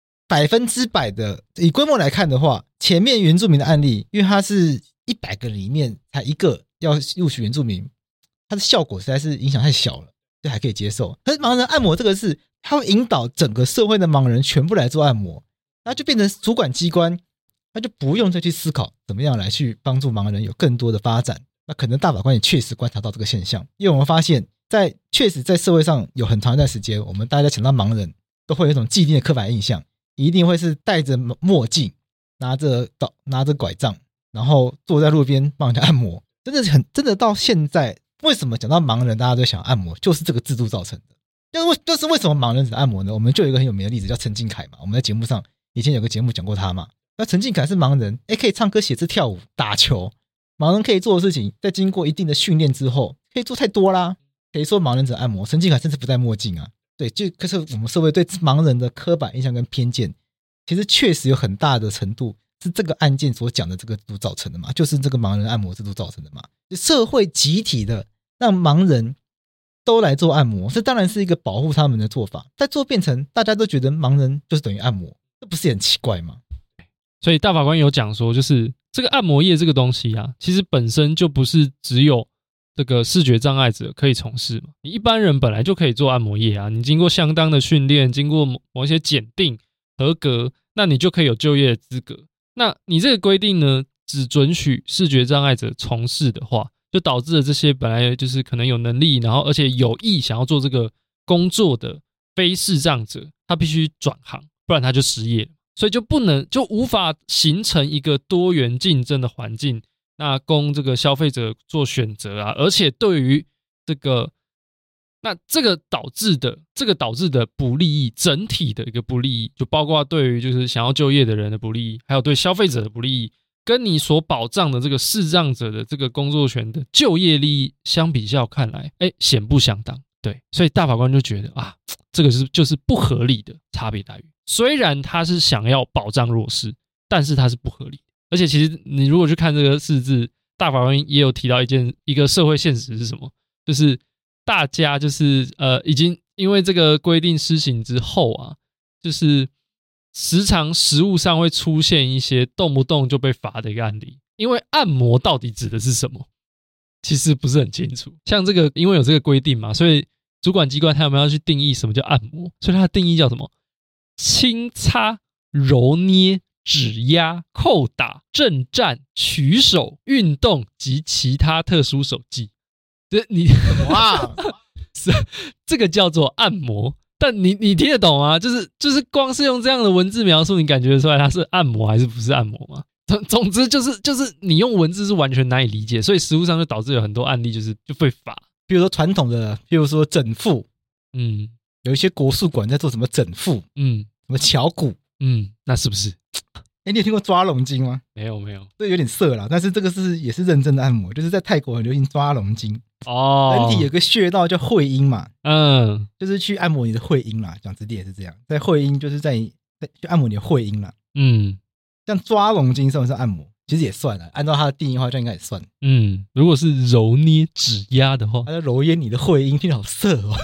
，100%的以规模来看的话，前面原住民的案例，因为它是100个里面才1个要录取原住民，它的效果实在是影响太小了，就还可以接受。可是盲人按摩这个是，它会引导整个社会的盲人全部来做按摩，那就变成主管机关，他就不用再去思考怎么样来去帮助盲人有更多的发展。那可能大法官也确实观察到这个现象，因为我们发现确实在社会上有很长一段时间，我们大家讲到盲人都会有一种既定的刻板印象，一定会是戴着墨镜，拿着拐杖，然后坐在路边帮人家按摩。真的到现在，为什么讲到盲人大家都想按摩，就是这个制度造成的。就是为什么盲人只按摩呢？我们就有一个很有名的例子叫陈敬凯嘛，我们在节目上以前有个节目讲过他嘛。那陈敬凯是盲人，可以唱歌、写字、跳舞、打球，盲人可以做的事情，在经过一定的训练之后，可以做太多啦。可以说盲人只按摩，陈敬凯甚至不戴墨镜啊。对，可是我们社会对盲人的刻板印象跟偏见，其实确实有很大的程度是这个案件所讲的这个制度造成的嘛，就是这个盲人按摩制度造成的嘛。社会集体的让盲人都来做按摩，这当然是一个保护他们的做法，但做变成大家都觉得盲人就是等于按摩，这不是很奇怪吗？ 所以大法官有讲说，就是这个按摩业这个东西啊，其实本身就不是只有这个视觉障碍者可以从事嘛，你一般人本来就可以做按摩业啊，你经过相当的训练，经过某一些检定合格，那你就可以有就业的资格。那你这个规定呢，只准许视觉障碍者从事的话，就导致了这些本来就是可能有能力，然后而且有意想要做这个工作的非视障者，他必须转行，不然他就失业了。所以就无法形成一个多元竞争的环境，那供这个消费者做选择啊。而且对于这个导致的不利益，整体的一个不利益，就包括对于就是想要就业的人的不利益，还有对消费者的不利益，跟你所保障的这个视障者的这个工作权的就业利益相比较看来，显不相当。对，所以大法官就觉得啊，这个就是不合理的差别待遇。虽然他是想要保障弱势，但是他是不合理的。而且其实你如果去看这个释字，大法官也有提到一个社会现实是什么，就是大家就是已经因为这个规定施行之后啊，就是时常实务上会出现一些动不动就被罚的一个案例。因为按摩到底指的是什么，其实不是很清楚。像这个因为有这个规定嘛，所以主管机关他们要去定义什么叫按摩，所以它的定义叫什么？轻擦、揉捏、指压、扣打、震颤、取手、运动及其他特殊手技。哇，这个叫做按摩。但你听得懂吗？就是光是用这样的文字描述，你感觉得出来它是按摩还是不是按摩吗？总之就是你用文字是完全难以理解，所以实务上就导致有很多案例就被罚。 比如说传统的，比如说整复，有一些国术馆在做什么整复，什么敲骨， 那是不是？ 你有听过抓龙筋吗？ 没有， 这有点色啦，但是这个也是认真的按摩，就是在泰国很流行抓龙筋。人体有个穴道叫会阴嘛，就是去按摩你的会阴啦，讲直接也是这样，在会阴就是去按摩你的会阴啦。像抓龙筋算不算按摩？其实也算了，按照它的定义的话，就应该也算。 如果是揉捏指压的话， 它就揉捏你的会阴，听着好色哦。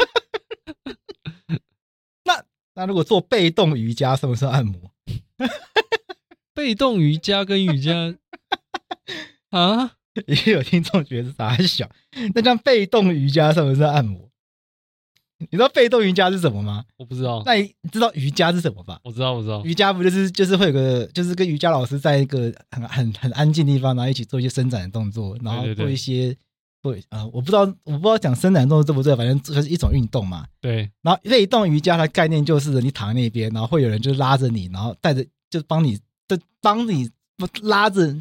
那如果做被动瑜伽算不算按摩？ 被动瑜伽跟瑜伽啊， 也有听众觉得傻小。那像被动瑜伽算不算按摩？你知道被动瑜伽是什么吗？ 我不知道。 那你知道瑜伽是什么吧？ 我知道。 瑜伽不就是会有个，就是跟瑜伽老师在一个很安静的地方，然后一起做一些伸展的动作，然后做一些我不知道讲伸展动作对不对，反正就是一种运动嘛。对。然后被动瑜伽它的概念就是你躺在那边，然后会有人就拉着你，然后带着就帮你拉着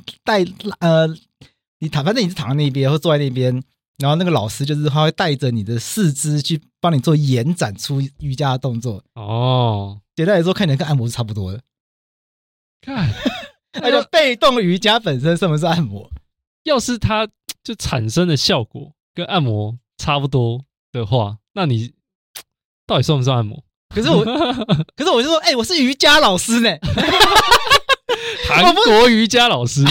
反正你是躺在那边或坐在那边。然后那个老师就是他会带着你的四肢去帮你做延展出瑜伽的动作。 简单来说，看起来跟按摩是差不多的。 看， 那就被动瑜伽本身什么是按摩？ 要是它就产生的效果跟按摩差不多的话，那你到底算不算按摩？ 可是我就说，我是瑜伽老师呢， 韩国瑜伽老师。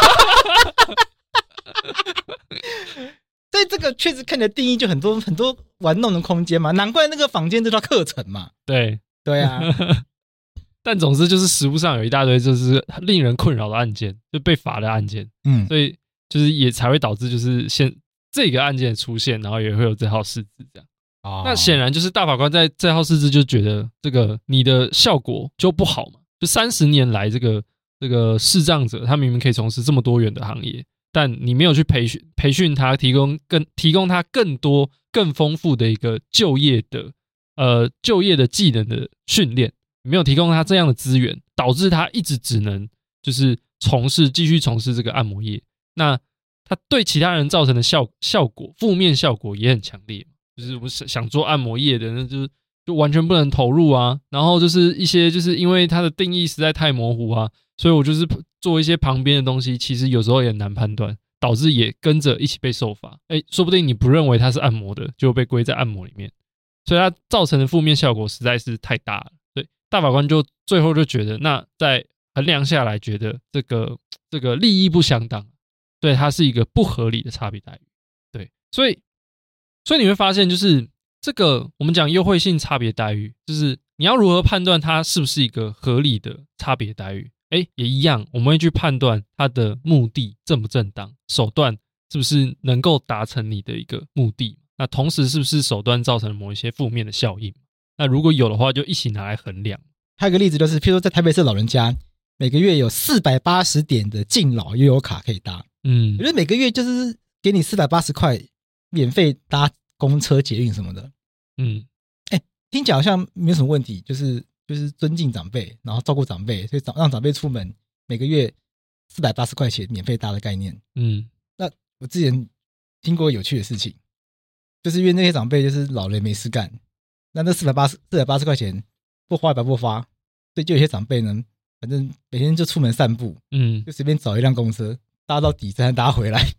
所以这个确实看起来定义就很多很多玩弄的空间嘛，难怪那个坊间这套课程嘛。对啊。 但总之就是实务上有一大堆就是令人困扰的案件，就被罚的案件，所以就是也才会导致就是这个案件出现，然后也会有这套释字这样。那显然就是大法官在这套释字就觉得这个你的效果就不好嘛，就30年来这个视障者他明明可以从事这么多元的行业，但你没有去培训他，提供他更多更丰富的一个就业的技能的训练，没有提供他这样的资源，导致他一直只能就是继续从事这个按摩业。那他对其他人造成的效果负面效果也很强烈，就是我想做按摩业的那就完全不能投入啊，然后就是一些就是因为它的定义实在太模糊啊，所以我就是做一些旁边的东西，其实有时候也很难判断，导致也跟着一起被受罚。说不定你不认为它是按摩的，就被归在按摩里面，所以它造成的负面效果实在是太大了。对，大法官就最后就觉得，那在衡量下来，觉得这个利益不相当，对，它是一个不合理的差别待遇。对，所以你会发现，就是这个我们讲优惠性差别待遇，就是你要如何判断它是不是一个合理的差别待遇？也一样，我们会去判断它的目的正不正当，手段是不是能够达成你的一个目的，那同时是不是手段造成了某一些负面的效应？那如果有的话，就一起拿来衡量。 还有一个例子就是，譬如说在台北市老人家，每个月有480点的敬老悠游卡可以搭，我觉得每个月就是给你480块免费搭公车捷运什么的，听起来好像没有什么问题，就是尊敬长辈，然后照顾长辈，所以让长辈出门每个月480块钱免费搭的概念。那我之前听过有趣的事情，就是因为那些长辈就是老人没事干，那480块钱不花也白不花，所以就有些长辈呢，反正每天就出门散步，就随便找一辆公车搭到底站搭回来。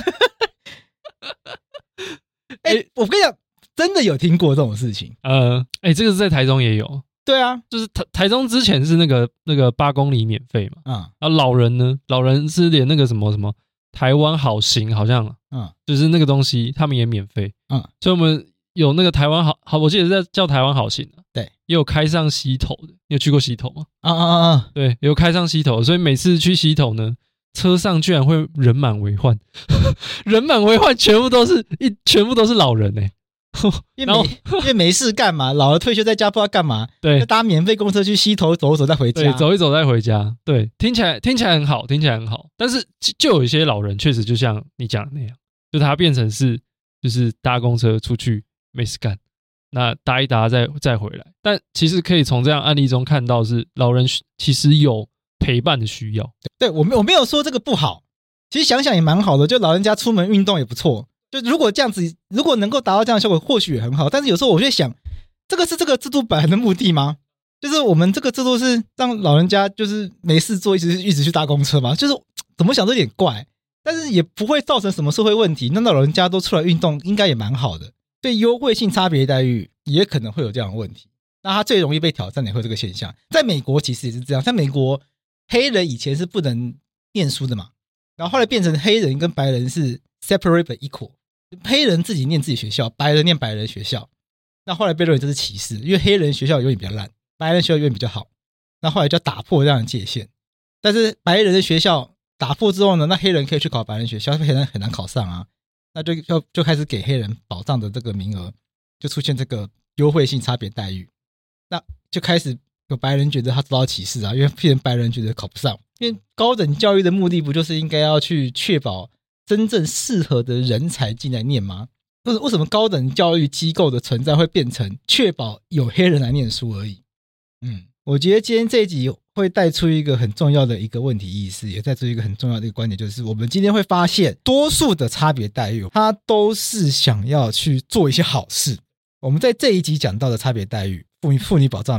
我跟你讲，真的有听过这种事情。 这个是在台中也有。 对啊， 就是台中之前是那个8公里免费嘛，然后老人是连那个什么台湾好行好像，就是那个东西他们也免费，所以我们有那个台湾好，我记得是叫台湾好行， 对， 也有开上溪头的，你有去过溪头吗？对，有开上溪头，所以每次去溪头呢，车上居然会人满为患，人满为患，全部都是老人因为没事干嘛，老了退休在家不知道干嘛， 对， 就搭免费公车去溪头走一走再回家， 对，走一走再回家，对，听起来很好，但是就有一些老人确实就像你讲的那样，就他变成是就是搭公车出去没事干，那搭一搭再回来，但其实可以从这样案例中看到是老人其实有陪伴的需要。 对，我没有说这个不好，其实想想也蛮好的，就老人家出门运动也不错。就如果这样子，如果能够达到这样的效果，或许也很好。但是有时候我就想，这个是这个制度本来的目的吗？就是我们这个制度是让老人家就是没事做，一直去搭公车嘛？就是怎么想都有点怪，但是也不会造成什么社会问题。那老人家都出来运动，应该也蛮好的。对优惠性差别待遇也可能会有这样的问题。那他最容易被挑战的也会有这个现象。在美国其实也是这样，在美国黑人以前是不能念书的嘛，然后后来变成黑人跟白人是 separate but equal。黑人自己念自己学校，白人念白人学校，那后来被认为这是歧视，因为黑人学校永远比较烂，白人学校永远比较好，那后来就要打破这样的界限。但是白人的学校打破之后呢，那黑人可以去考白人学校，黑人很难考上啊，那就开始给黑人保障的这个名额，就出现这个优惠性差别待遇，那就开始有白人觉得他遭到歧视啊，因为骗白人觉得考不上，因为高等教育的目的不就是应该要去确保真正适合的人才进来念吗？为什么高等教育机构的存在会变成确保有黑人来念书而已？我觉得今天这一集会带出一个很重要的一个问题意识，也带出一个很重要的一个观点，就是我们今天会发现多数的差别待遇它都是想要去做一些好事。我们在这一集讲到的差别待遇、妇女保障名额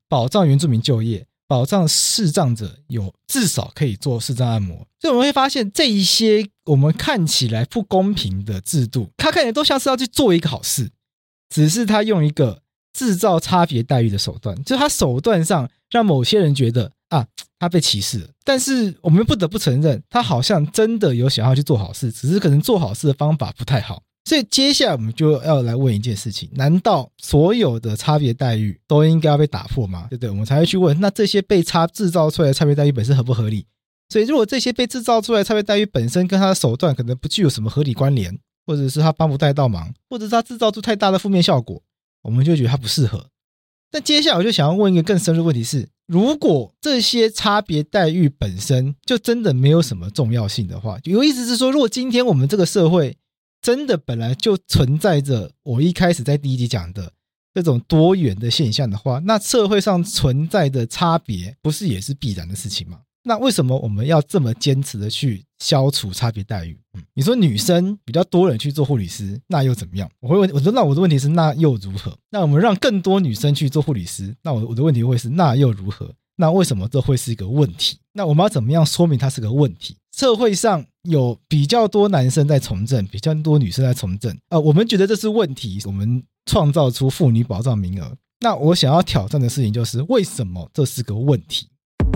保障原住民就业，保障视障者有至少可以做视障按摩。所以我们会发现这一些我们看起来不公平的制度，它看起来都像是要去做一个好事，只是它用一个制造差别待遇的手段，就是它手段上让某些人觉得他被歧视了。但是我们不得不承认，他好像真的有想要去做好事，只是可能做好事的方法不太好。所以接下来我们就要来问一件事情，难道所有的差别待遇都应该要被打破吗？对不对？我们才会去问，那这些被制造出来的差别待遇本身合不合理？所以如果这些被制造出来的差别待遇本身跟他的手段可能不具有什么合理关联，或者是他帮不太到忙，或者是他制造出太大的负面效果，我们就觉得他不适合。但接下来我就想要问一个更深入的问题是，如果这些差别待遇本身就真的没有什么重要性的话，有意思是说，如果今天我们这个社会真的本来就存在着我一开始在第一集讲的这种多元的现象的话，那社会上存在的差别不是也是必然的事情吗？那为什么我们要这么坚持的去消除差别待遇？你说女生比较多人去做护理师，那又怎么样？我说那我的问题是，那又如何？那我们让更多女生去做护理师，那我的问题会是，那又如何？那为什么这会是一个问题？那我们要怎么样说明它是个问题？社会上有比较多男生在从政，比较多女生在从政，我们觉得这是问题，我们创造出妇女保障名额。那我想要挑战的事情就是，为什么这是个问题？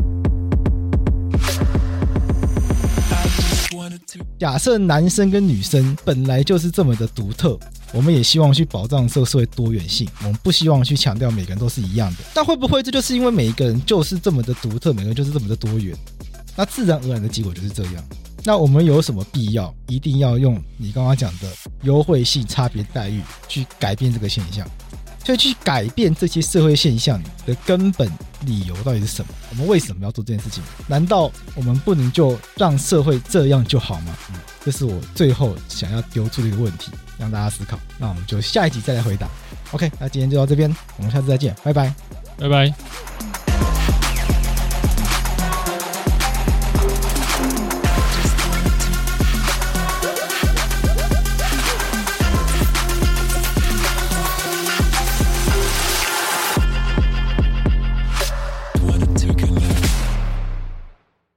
假设男生跟女生本来就是这么的独特，我们也希望去保障这个社会多元性，我们不希望去强调每个人都是一样的。那会不会这就是因为每一个人就是这么的独特，每个人就是这么的多元，那自然而然的结果就是这样？那我们有什么必要一定要用你刚刚讲的优惠性差别待遇去改变这个现象？所以去改变这些社会现象的根本理由到底是什么？我们为什么要做这件事情？难道我们不能就让社会这样就好吗？这是我最后想要丢出的一个问题，让大家思考。那我们就下一集再来回答。OK， 那今天就到这边，我们下次再见，拜拜， 拜拜。